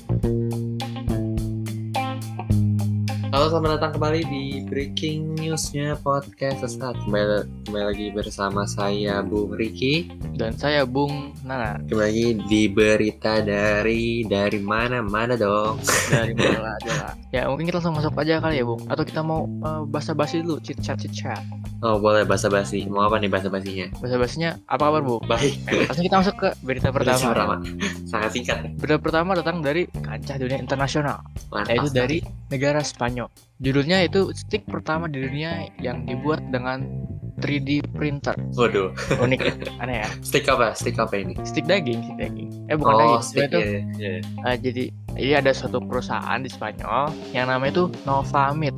Halo, selamat datang kembali di Breaking News-nya Podcast Sesat. Kembali lagi bersama saya Bung Riki dan saya Bung Nana. Kembali lagi di berita dari mana dong? Dari mana aja lah. Ya mungkin kita langsung masuk aja kali ya Bung. Atau kita mau basa-basi dulu, chit chat. Oh boleh, basa-basi. Mau apa nih basa-basinya? Basa-basinya apa kabar Bung? Baik. Langsung kita masuk ke berita pertama. Sangat singkat. Berita pertama datang dari kancah dunia internasional. Mantap, yaitu dari negara Spanyol. Judulnya itu stick pertama di dunia yang dibuat dengan 3D printer. Waduh, unik ya, aneh ya. Stick apa ini? Stick daging. Bukan daging. Stick itu. Yeah. Jadi ini ada suatu perusahaan di Spanyol yang namanya itu Novamit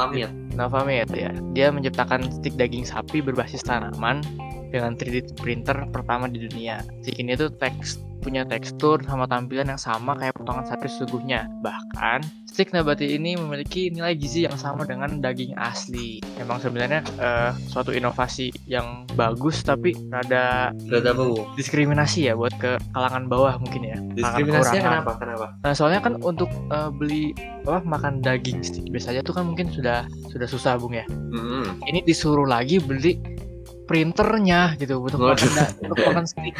ya. Dia menciptakan stick daging sapi berbasis tanaman dengan 3D printer pertama di dunia. Stick ini tuh punya tekstur sama tampilan yang sama kayak potongan sapi sesungguhnya. Bahkan stick nabati ini memiliki nilai gizi yang sama dengan daging asli. Memang sebenarnya suatu inovasi yang bagus, tapi rada diskriminasi ya buat ke kalangan bawah mungkin ya. Diskriminasinya kenapa? Nah, soalnya kan untuk beli makan daging stick biasanya tuh kan mungkin sudah susah Bung ya. Ini disuruh lagi beli printernya gitu untuk makan stick.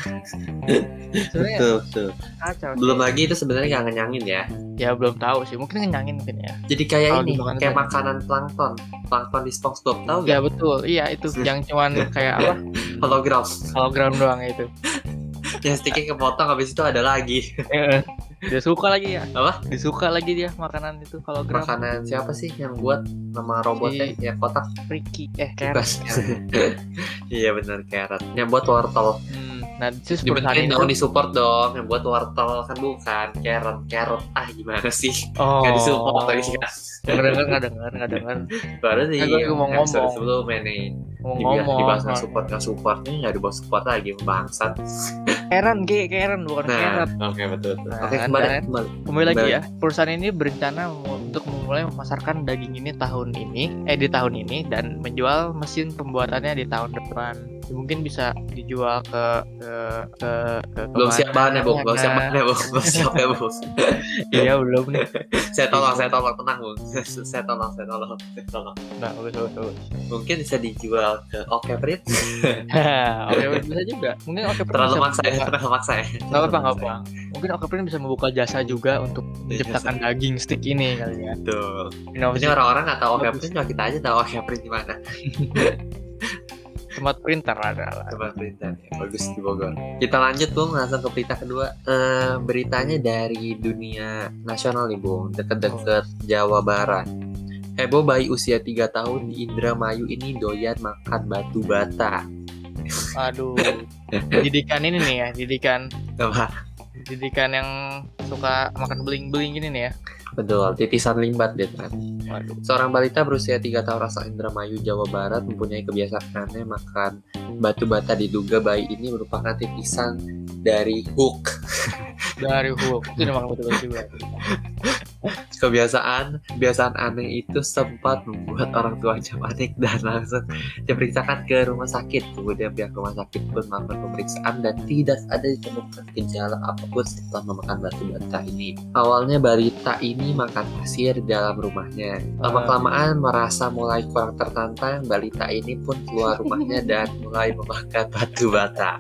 Betul. Kacau. Belum lagi itu sebenarnya nggak ngenyangin ya. Ya belum tahu sih, mungkin ngenyangin mungkin ya. Jadi kayak kayak makanan plankton di SpongeBob, tahu nggak? Ya betul, iya itu yang cuman kayak apa? Hologram doang itu. Yang sticknya kepotong, habis itu ada lagi. Dia suka lagi ya. Apa? Disuka lagi dia makanan itu hologram. Makanan siapa sih yang buat nama robotnya ya kotak? Ricky, Carrot. Iya benar, Carrot. Yang buat wortel. Nah, itu dibentuk dong, disupport dong. Yang buat wortel kan bukan Carrot. Gimana sih? Nggak disupport lagi kan? Nggak dengar. Baru sih. Gue mau ngomong. Sebelum ini dibahas nggak support ini nggak dibahas support lagi, bangsat. Karen bukan Carrot. Oke, betul. Oke, kembali lagi ya. Perusahaan ini berencana untuk memulai memasarkan daging ini di tahun ini dan menjual mesin pembuatannya di tahun depan. Mungkin bisa dijual ke belum siap bahannya Bu. Iya belum nih. Saya tolong tenang Bu. Saya tolong. Nah, bagus. Mungkin bisa dijual ke Okeprint. Okeprint bisa juga. Mungkin Okeprint terlalu maksa ya. Nggak apa. Mungkin Okeprint bisa membuka jasa juga untuk menciptakan daging stick ini kali ya. Betul. Ini orang-orang nggak tahu Okeprint, cuma kita aja tahu Okeprint di mana. Tempat printer adalah. Tempat printer ya, bagus di Bogor. Kita lanjut Bung, langsung ke berita kedua. Beritanya dari dunia nasional nih Bung, deket-deket Jawa Barat. Heboh bayi usia 3 tahun di Indramayu ini doyan makan batu bata. Aduh. Didikan ini nih ya, didikan yang suka makan beling-beling gini nih ya. Betul, titisan limbat deh kan. Seorang balita berusia 3 tahun asal Indramayu, Jawa Barat mempunyai kebiasaan aneh makan batu bata. Diduga bayi ini merupakan titisan dari hook. Itu memang betul juga. Kebiasaan aneh itu sempat membuat orang tuanya panik dan langsung diperiksakan ke rumah sakit. Kemudian pihak rumah sakit pun melakukan pemeriksaan dan tidak ada ditemukan gejala apapun setelah memakan batu bata ini. Awalnya balita ini makan pasir di dalam rumahnya. Lama-kelamaan merasa mulai kurang tertantang, balita ini pun keluar rumahnya dan mulai memakan batu bata.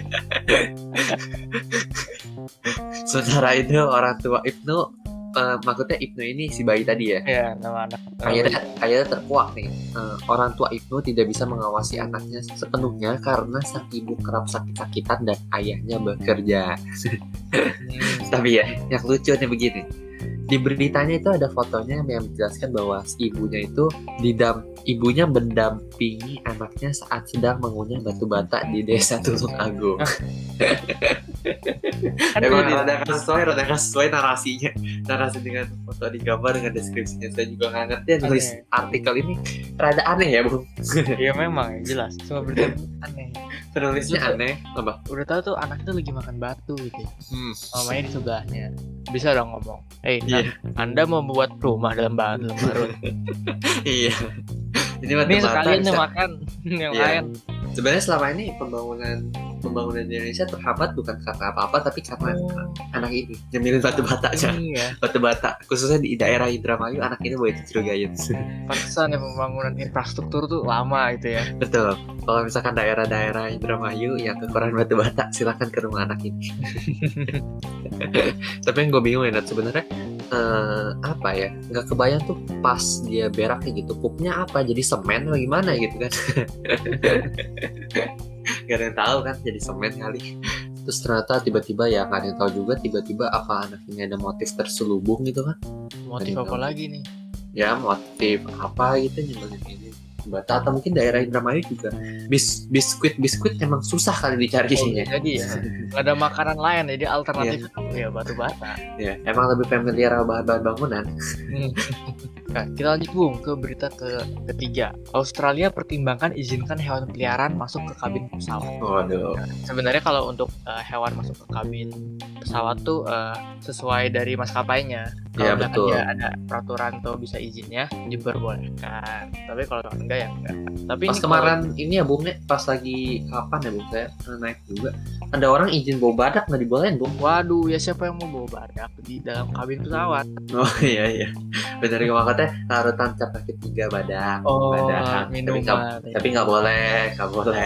Sementara itu orang tua maksudnya Ibnu ini si bayi tadi ya? Iya, nama anak. Akhirnya terkuak nih. Orang tua Ibnu tidak bisa mengawasi anaknya sepenuhnya karena sang ibu kerap sakit-sakitan dan ayahnya bekerja. Tapi ya, yang lucunya begini. Di beritanya itu ada fotonya yang menjelaskan bahwa ibunya itu ibunya mendampingi anaknya saat sedang mengunyah batu bata di desa Tulung Agung. Emang rada sesuai narasi dengan foto di gambar dengan deskripsinya. Saya juga nggak ngerti nulis artikel ini rada aneh ya Bung. Iya memang jelas, semua berita aneh. Penulisnya aneh apa? Udah tahu tuh anak itu lagi makan batu gitu ya. Mamanya di sebelahnya. Bisa dong ngomong, Anda mau membuat rumah dalam barut. Iya. Ini sekalian makan yang lain. Sebenarnya selama ini pembangunan pembangunan di Indonesia terhambat bukan karena apa-apa, tapi karena anak ini nyemilin batu bata aja. Batu bata, khususnya di daerah Indramayu, anak ini boleh dicurigain. Pantesan ya pembangunan infrastruktur tuh lama gitu ya. Betul. Kalau misalkan daerah-daerah Indramayu yang kekurangan batu bata, silakan ke rumah anak ini. Tapi yang gue bingung ya, sebenarnya apa ya? Nggak kebayang tuh pas dia berak kayak gitu, pupnya apa? Jadi semen atau gimana gitu kan? Gak ada yang tahu kan, jadi semen kali. Terus ternyata tiba-tiba ya gak ada yang tahu juga, tiba-tiba apa anak ini ada motif terselubung gitu kan? Motif apa lagi nih? Ya motif apa gitu nyebelin ini bata, atau mungkin daerah Indramayu juga biskuit emang susah kali dicarinya. Jadi ya nggak ada makanan lain, jadi alternatif ya batu bata. Ya emang lebih familiar sama bahan-bahan bangunan. Nah, kita lanjut Bung ke berita ketiga. Australia pertimbangkan izinkan hewan peliharaan masuk ke kabin pesawat. Waduh. Nah, sebenarnya kalau untuk hewan masuk ke kabin pesawat tuh sesuai dari maskapainya. Kalau betul. Dia ada peraturan atau bisa izinnya diperbolehkan. Tapi kalau enggak ya enggak. Tapi pas kemarin ini ya Bung, pas lagi kapan ya Bung, saya pernah naik juga. Ada orang izin bawa badak nggak dibolehin Bung. Waduh, ya siapa yang mau bawa badak di dalam kabin pesawat? Oh iya. Benar yang makanya larutan cap kaki 3 badak. Badak. Minuman. Tapi nggak boleh.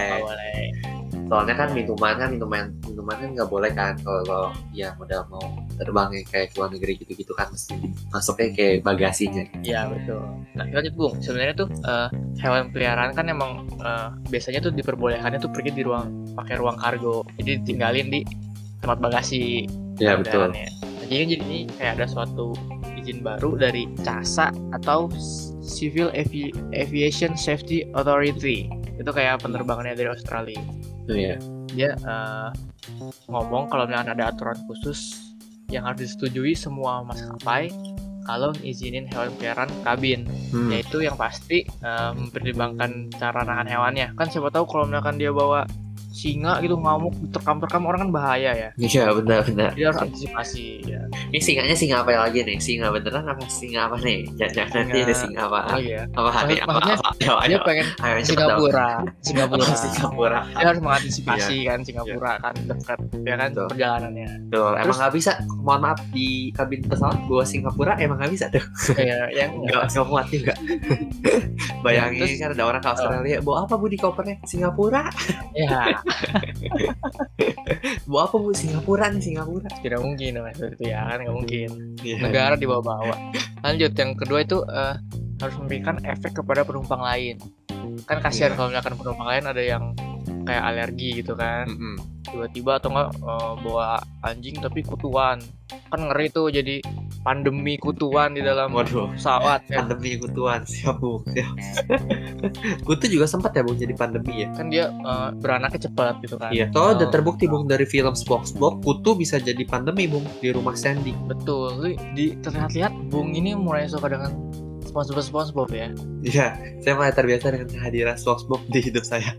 Soalnya kan minuman kan nggak boleh kan kalau yang udah mau terbang kayak ke luar negeri gitu kan, mesti masuknya kayak bagasinya. Iya betul. Nah lanjut Bung, sebenarnya tuh hewan peliharaan kan emang biasanya tuh diperbolehkannya tuh pergi di pakai ruang kargo, jadi ditinggalin di tempat bagasi. Iya betul. Nah, jadi ini kayak ada suatu izin baru dari CASA atau Civil Aviation Safety Authority. Itu kayak penerbangannya dari Australia. Iya. Dia ngomong kalau misalnya ada aturan khusus yang harus disetujui semua maskapai kalau izinin hewan peliharaan kabin, yaitu yang pasti mempertimbangkan cara nahan hewannya. Kan siapa tahu kalau misalkan dia bawa singa gitu ngamuk terkam orang kan bahaya ya. Iya benar. Dia harus antisipasi ya. Ini singanya singa apa lagi nih? Singa beneran apa singa apa nih? Jangan nanti ada singa apa? Oh iya. Maksudnya dia pengen Singapura. Singapura. Dia harus mengantisipasi kan Singapura kan dekat ya kan perjalanannya. Tuh, emang nggak bisa. Mohon maaf di kabin pesawat bawa Singapura emang nggak bisa tuh. Iya, yang nggak muat juga. Bayangin kan ada orang ke Australia, bawa apa Bu di kopernya? Singapura. Ya. Bawa apa Bu? Singapura. Tidak mungkin mas, itu ya kan nggak mungkin. Negara dibawa-bawa. Lanjut yang kedua itu harus memberikan efek kepada penumpang lain. Kan kasihan kalau misalkan penumpang lain ada yang kayak alergi gitu kan. Tiba-tiba atau enggak bawa anjing tapi kutuan. Kan ngeri tuh jadi pandemi kutuan di dalam pesawat ya. Pandemi kutuan siap Bu. Kutu juga sempat ya Bung jadi pandemi ya. Kan dia beranaknya cepat gitu kan. Iya. Toh udah terbukti Bung dari film SpongeBob, kutu bisa jadi pandemi Bung di rumah Sandy. Betul. Terlihat Bung ini mulai suka dengan SpongeBob ya. Iya, saya mulai terbiasa dengan kehadiran SpongeBob di hidup saya.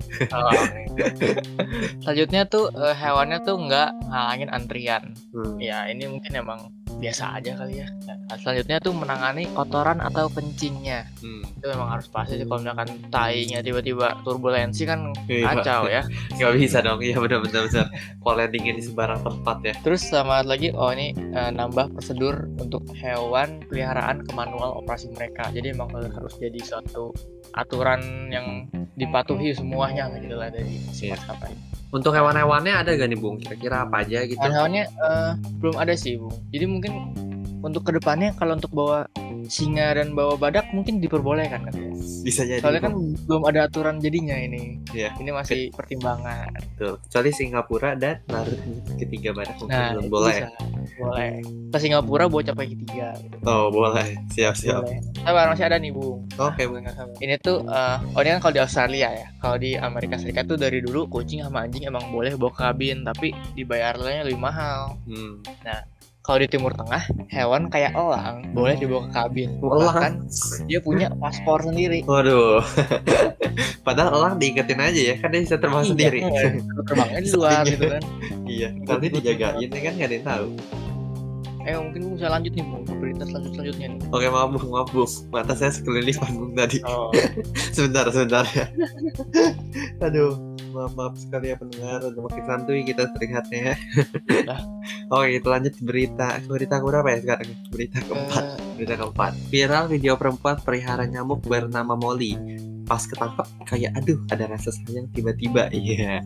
Selanjutnya tuh hewannya tuh nggak ngalangin antrian. Ya ini mungkin emang biasa aja kali ya. Nah, selanjutnya tuh menangani kotoran atau kencingnya. Itu memang harus pasti sih, kalau misalkan tainya tiba-tiba turbulensi kan kacau ya. Nggak bisa dong, iya benar-benar landingnya di sembarang tempat ya. Terus sama lagi, ini nambah prosedur untuk hewan peliharaan ke manual operasi mereka. Jadi emang harus jadi suatu aturan yang dipatuhi semuanya gitu lah dari maskapai. Untuk hewan-hewannya ada gak nih Bung? Kira-kira apa aja gitu? Hewan-hewannya belum ada sih Bung. Jadi mungkin untuk kedepannya kalau untuk bawa singa dan bawa badak mungkin diperbolehkan kan ya? Bisa jadi. Soalnya kan belum ada aturan jadinya ini. Iya. Ini masih pertimbangan. Betul. Kecuali Singapura dan ketiga badak mungkin belum boleh. Boleh. Ke Singapura bawa capai ketiga. Gitu. Oh boleh. Siap. Tapi masih ada nih Bung. Oke Bung. Ini tuh ini kan kalau di Australia ya. Kalau di Amerika Serikat tuh dari dulu kucing sama anjing emang boleh bawa kabin, tapi dibayarnya lebih mahal. Nah, kalau di Timur Tengah, hewan kayak elang boleh dibawa ke kabin. Bahkan dia punya paspor sendiri. Waduh. Padahal elang diiketin aja ya, kan dia bisa terbang sendiri. Terbangnya di luar gitu kan. Iya, nanti dijagain kan nggak ada yang tahu. Mungkin Bung bisa lanjut nih Bung, berita selanjutnya nih. Oke, maaf Bung. Mata saya sekeliling Bung tadi. Sebentar ya. Aduh. Maaf sekali ya pendengar, udah makin santuy kita terlihatnya ya. Dah. Oke, kita lanjut berita berapa ya sekarang? Berita keempat. Viral video perempuan pelihara nyamuk bernama Molly. Pas ketangkep kayak aduh ada rasa sayang tiba-tiba. Iya.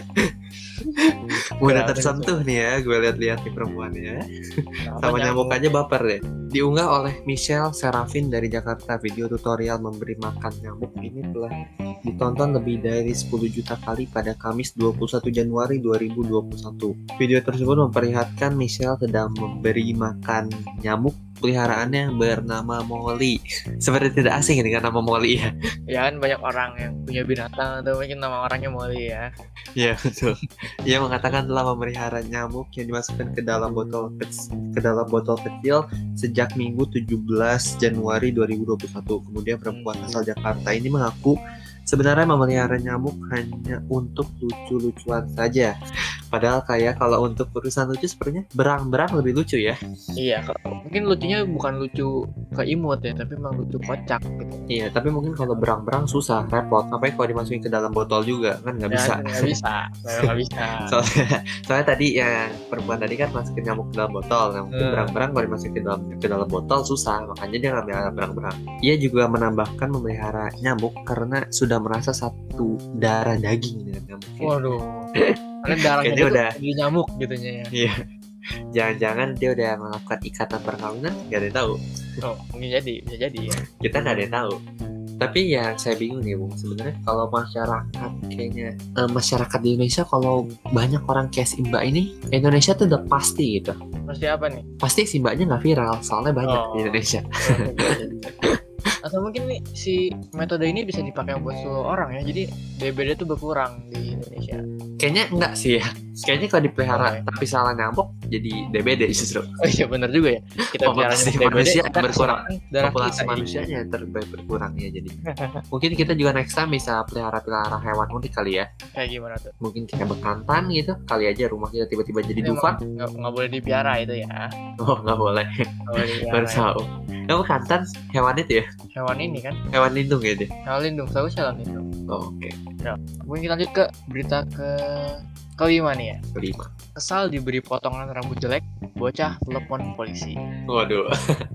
Udah tersentuh nih ya, gue lihat-lihat nih perempuannya. Sama nyamuk aja baper deh. Diunggah oleh Michelle Serafin dari Jakarta. Video tutorial memberi makan nyamuk ini telah ditonton lebih dari 10 juta kali pada Kamis 21 Januari 2021. Video tersebut memperlihatkan Michelle sedang memberi makan nyamuk peliharaannya bernama Molly. Seperti tidak asing dengan nama Molly ya. Ya kan banyak orang yang punya binatang atau mungkin nama orangnya Molly ya. Iya betul. Ia mengatakan telah memelihara nyamuk yang dimasukkan ke dalam botol kecil sejak Minggu 17 Januari 2021. Kemudian perempuan asal Jakarta ini mengaku sebenarnya memelihara nyamuk hanya untuk lucu-lucuan saja. Padahal kayak kalau untuk urusan lucu sepertinya berang-berang lebih lucu ya. Iya, mungkin lucunya bukan lucu ke imut ya, tapi memang lucu kocak gitu. Iya, tapi mungkin kalau berang-berang susah, repot. Sampai kalau dimasukin ke dalam botol juga kan nggak bisa. Nggak bisa. Soalnya tadi ya perempuan tadi kan masukin nyamuk ke dalam botol. Nah, mungkin berang-berang kalau dimasukin ke dalam botol susah, makanya dia nggak melihara berang-berang. Ia juga menambahkan memelihara nyamuk karena sudah merasa satu darah daging dengan nyamuk. Waduh. Karena darahnya itu udah nyamuk gitunya ya. Iya. Jangan-jangan dia udah melakukan ikatan perkawinan, nggak ada yang tahu. Oh, mungkin bisa jadi ya. Kita nggak ada yang tahu. Tapi ya saya bingung nih Bung, sebenarnya kalau masyarakat kayaknya masyarakat di Indonesia kalau banyak orang kayak si Mbak ini, Indonesia tuh udah pasti gitu. Pasti apa nih? Pasti si Mbaknya nggak viral, soalnya banyak di Indonesia. Atau mungkin nih si metode ini bisa dipakai buat seluruh orang ya, jadi DBD itu berkurang di Indonesia. Kayaknya enggak sih ya. Kayaknya kalau dipelihara tapi salah nyamuk jadi DBD justru. Oh iya benar juga ya. Kita populasi manusia berkurang. Populasi manusianya berkurang ya jadi. Mungkin kita juga next time bisa pelihara hewan unik kali ya. Kayak gimana tuh? Mungkin kayak bekantan gitu. Kali aja rumah kita tiba-tiba jadi dufan. Nggak boleh dipiara itu ya. Oh nggak boleh. Baru tahu. Bekantan hewan itu ya? Hewan ini kan? Hewan lindung ya dia? Hewan lindung, tahu sih hewan lindung. Oh, oke. Ya, mungkin kita lanjut ke berita kelima nih ya. Kelima. Kesal diberi potongan rambut jelek, bocah telepon polisi. Waduh.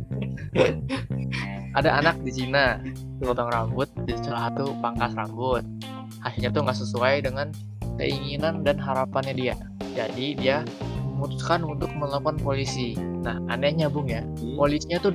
Ada anak di Cina potong rambut di salah satu pangkas rambut. Hasilnya tuh nggak sesuai dengan keinginan dan harapannya dia. Jadi dia memutuskan untuk menelepon polisi. Nah, anehnya Bung ya, polisinya tuh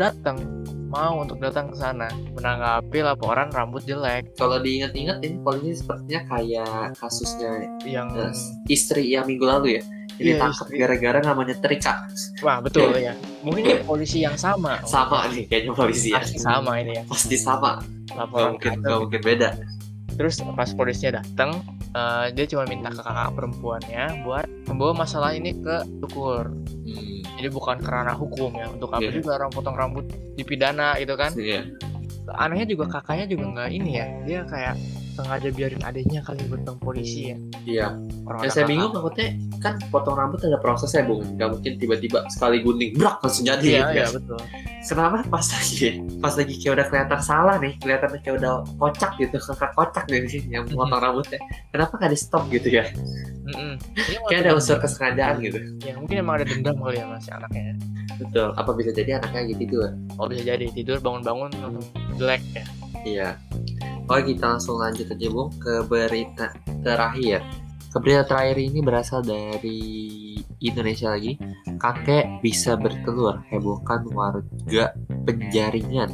mau datang ke sana menanggapi laporan rambut jelek. Kalau diingat-ingat ini polisi sepertinya kayak kasusnya yang istri yang minggu lalu ya. Ini tangkap gara-gara nggak menyetrika. Wah betul ya. Mungkin ini polisi yang sama. Sama nih kayaknya polisi ya. Pasti sama ini ya. Pasti sama. Laporan nggak mungkin beda. Terus pas polisinya datang, dia cuma minta ke kakak perempuannya buat membawa masalah ini ke syukur. Jadi bukan kerana hukum ya, untuk apa juga orang potong rambut dipidana gitu kan. Anehnya juga kakaknya juga nggak ini ya, dia kayak sengaja biarin adiknya kali bertemu polisi ya. Iya. Ya saya bingung maksudnya kan potong rambut ada prosesnya Bung, nggak mungkin tiba-tiba sekali gunting brak langsung jadi. Iya betul. Kenapa pas lagi kayak udah kelihatan salah nih, kelihatannya kayak udah kocak gitu, kakak kocak dari sini yang potong rambutnya. Kenapa nggak di stop gitu ya? Kayak ada unsur kesengajaan gitu. Ya mungkin emang ada dendam kali ya masih anaknya. Betul. Apa bisa jadi anaknya gitu tidur? Oh bisa jadi tidur bangun-bangun langsung jelek ya. Iya. Oke, kita langsung lanjut aja Bung ke berita terakhir. Berita terakhir ini berasal dari Indonesia lagi. Kakek bisa bertelur, hebohkan warga Penjaringan.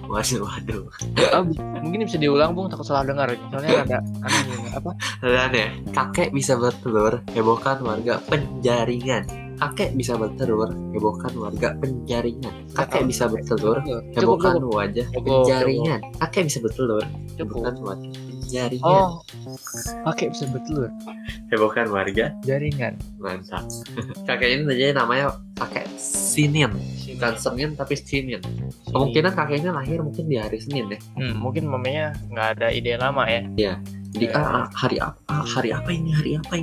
Waduh. Mungkin bisa diulang Bung, takut salah dengar. Soalnya ada apa? Aneh. Kakek bisa bertelur, hebohkan warga Penjaringan. Kakek bisa bertelur, hebohkan warga Penjaringan. Kakek bisa bertelur, hebohkan wajah Penjaringan. Kakek bisa bertelur, hebohkan warga Penjaringan. Oh, kakek bisa bertelur, hebohkan warga Jaringan. Mantap. Kakek ini aja namanya kakek Sinin. Bukan Senin tapi Sinin. Kemungkinan kakeknya lahir mungkin di hari Senin ya. Mungkin mamanya nggak ada ide lama ya. Iya. Di hari apa ini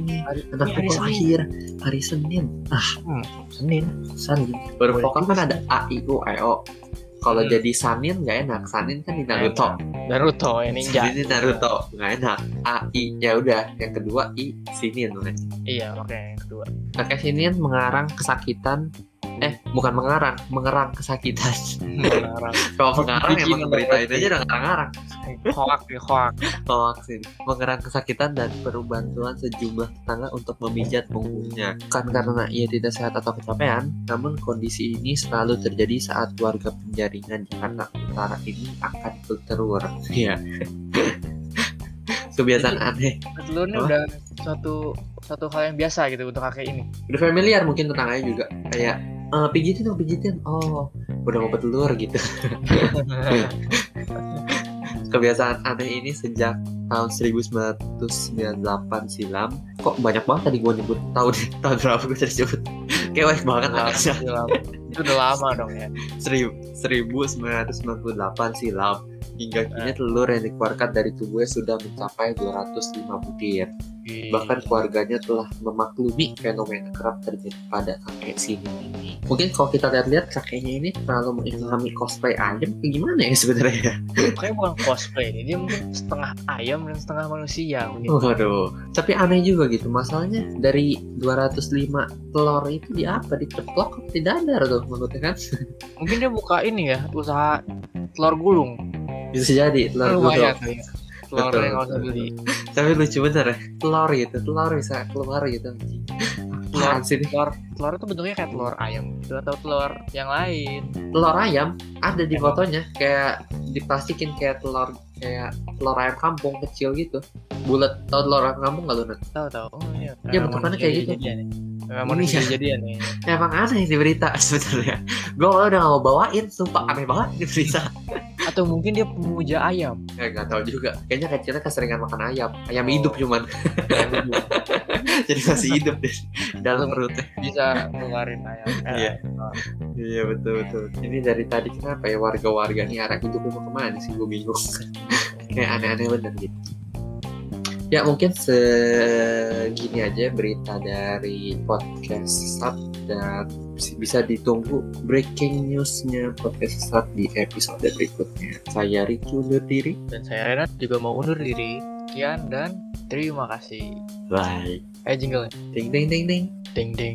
anakku lahir hari Senin. Senin baru pokoknya kan ada A I U E O Kalau jadi Sanin nggak enak. Sanin kan di Naruto. Naruto ini ninja. Ini Naruto nggak enak. A I ya udah. Yang kedua I Sinin. Iya, oke, yang kedua. Kakek Sinin mengarang kesakitan. Bukan mengerang kesakitan. Mengarang. Kalau mengarang emang beritain aja udah ngarang-ngarang. Hoax ini. Mengerang kesakitan dan perlu bantuan sejumlah tetangga untuk memijat punggungnya. Bukan karena ia tidak sehat atau kecapean, namun kondisi ini selalu terjadi saat warga penjaringan Jakarta Utara ini akan bertelur. Iya. Kebiasaan aneh. Telurnya udah satu hal yang biasa gitu untuk kakek ini. Udah familiar mungkin tetangganya juga. Kayak pijitin. Oh, udah mau bertelur gitu. Kebiasaan aneh ini sejak tahun 1998 silam. Kok banyak banget tadi gue nyebut tahun berapa gue tadi sebut. Kayak banget angkanya. Itu udah lama dong ya. 1998 silam. Hingga kini telur yang dikeluarkan dari tubuhnya sudah mencapai 205 butir. Bahkan keluarganya telah memaklumi fenomena kerap terjadi pada kakek Sinin ini. Mungkin kalau kita lihat-lihat kakeknya ini terlalu mengilhami cosplay ayam, gimana ya sebenarnya? Kayaknya bukan cosplay, dia mungkin setengah ayam dan setengah manusia. Waduh, tapi aneh juga gitu. Masalahnya dari 205 telur itu di apa? Diceplok atau di dadar tuh menurutnya kan? Mungkin dia buka ini ya, usaha telur gulung. Bisa jadi telur gulung. Telur yang nggak usah beli. Tapi lucu bener ya, telur bisa keluar gitu. Telur itu bentuknya kayak telur ayam gitu atau telur yang lain? Telur ayam ada di fotonya, kayak diplastikin kayak telur ayam kampung kecil gitu, bulat. Tahu telur ayam kampung nggak lu? Tahu. Oh iya. Ya bentukannya kayak gitu. Memang manusia jadian nih. Emang aneh di berita sebetulnya. Gue udah nggak mau bawain, sumpah aneh banget di berita. Atau mungkin dia pemuja ayam. Nggak tahu juga. Kayaknya kecilnya keseringan makan ayam hidup cuman. Jadi masih hidup deh dalam perutnya. Bisa ngeluarin ayam. Iya betul. Ini dari tadi kenapa ya warga-warga nih arah hidupnya mau kemana sih, gue bingung. Kayak aneh-aneh bener gitu. Ya mungkin segini aja berita dari podcast Sesat, dan bisa ditunggu breaking newsnya podcast Sesat di episode berikutnya. Saya Ricky undur diri. Dan saya Renat juga mau undur diri. Sekian dan terima kasih. Bye. Jingle. Ding ding ding ding. Ding ding.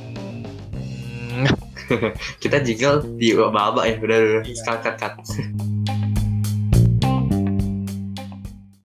Kita jingle di baba ya, udah. Cut.